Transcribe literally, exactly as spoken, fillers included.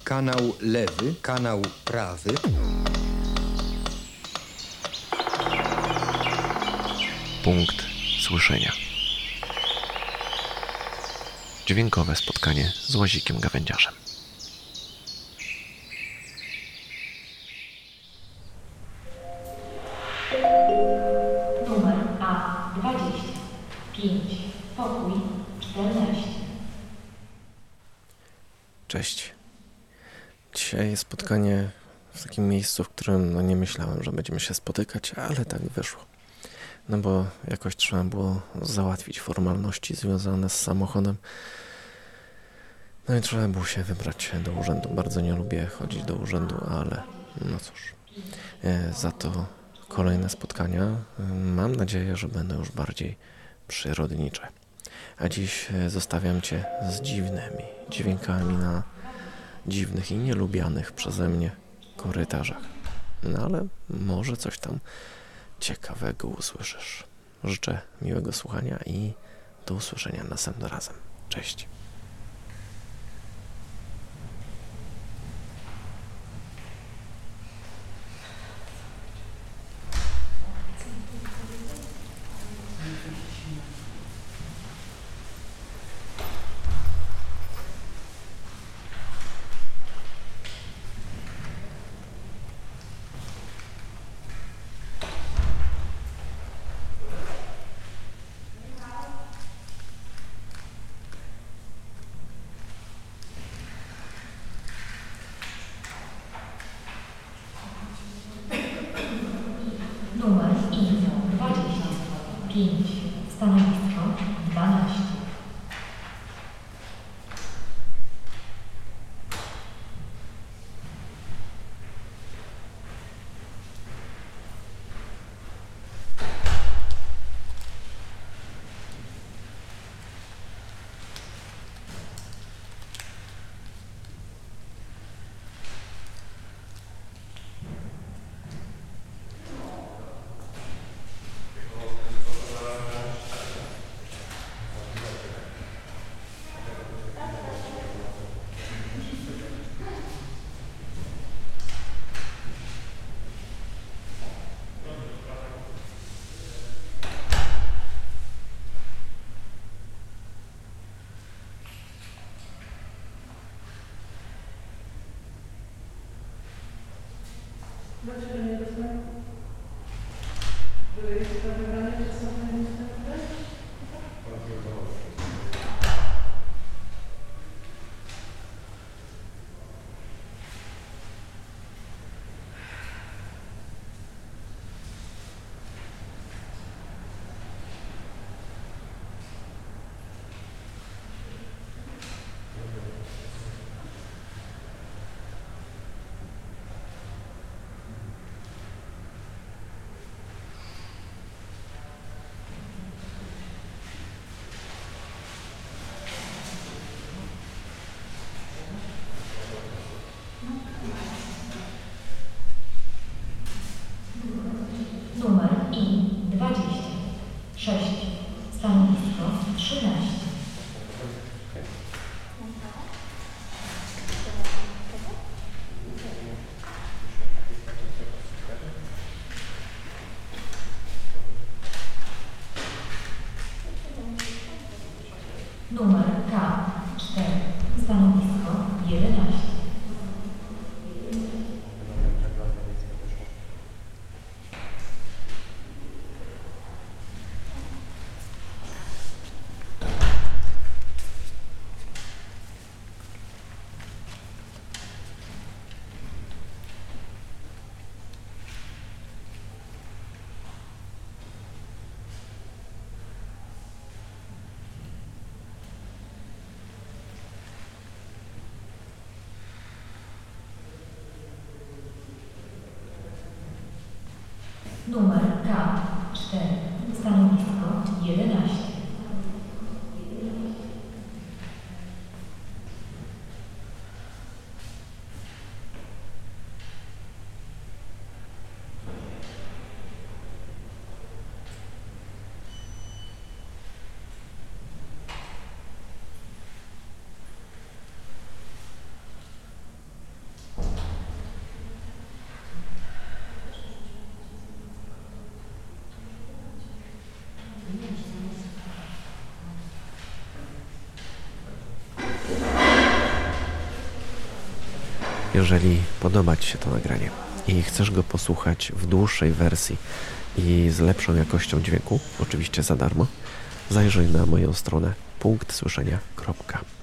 kanał lewy, kanał prawy. Punkt słyszenia. Dźwiękowe spotkanie z Łazikiem Gawędziarzem. Numer A dwadzieścia pięć, pokój czternaście. Cześć. Dzisiaj spotkanie w takim miejscu, w którym no nie myślałem, że będziemy się spotykać, ale tak wyszło. No bo jakoś trzeba było załatwić formalności związane z samochodem. No i trzeba było się wybrać do urzędu. Bardzo nie lubię chodzić do urzędu, ale no cóż. E, za to kolejne spotkania e, mam nadzieję, że będą już bardziej przyrodnicze. A dziś zostawiam Cię z dziwnymi dźwiękami na dziwnych i nielubianych przeze mnie korytarzach. No ale może coś tam ciekawego usłyszysz. Życzę miłego słuchania i do usłyszenia następnym razem. Cześć. Numer I dwadzieścia pięć, stanowisko dwanaście. Dlaczego nie rozmawiam? Były jeszcze to wybrane, czy są na następne? Numer I dwadzieścia sześć, stanowisko trzynaście. Numer K cztery, stanowisko jedenaście. Numer K cztery, stanowisko jedenaście. Jeżeli podoba Ci się to nagranie i chcesz go posłuchać w dłuższej wersji i z lepszą jakością dźwięku, oczywiście za darmo, zajrzyj na moją stronę punkt słyszenia kropka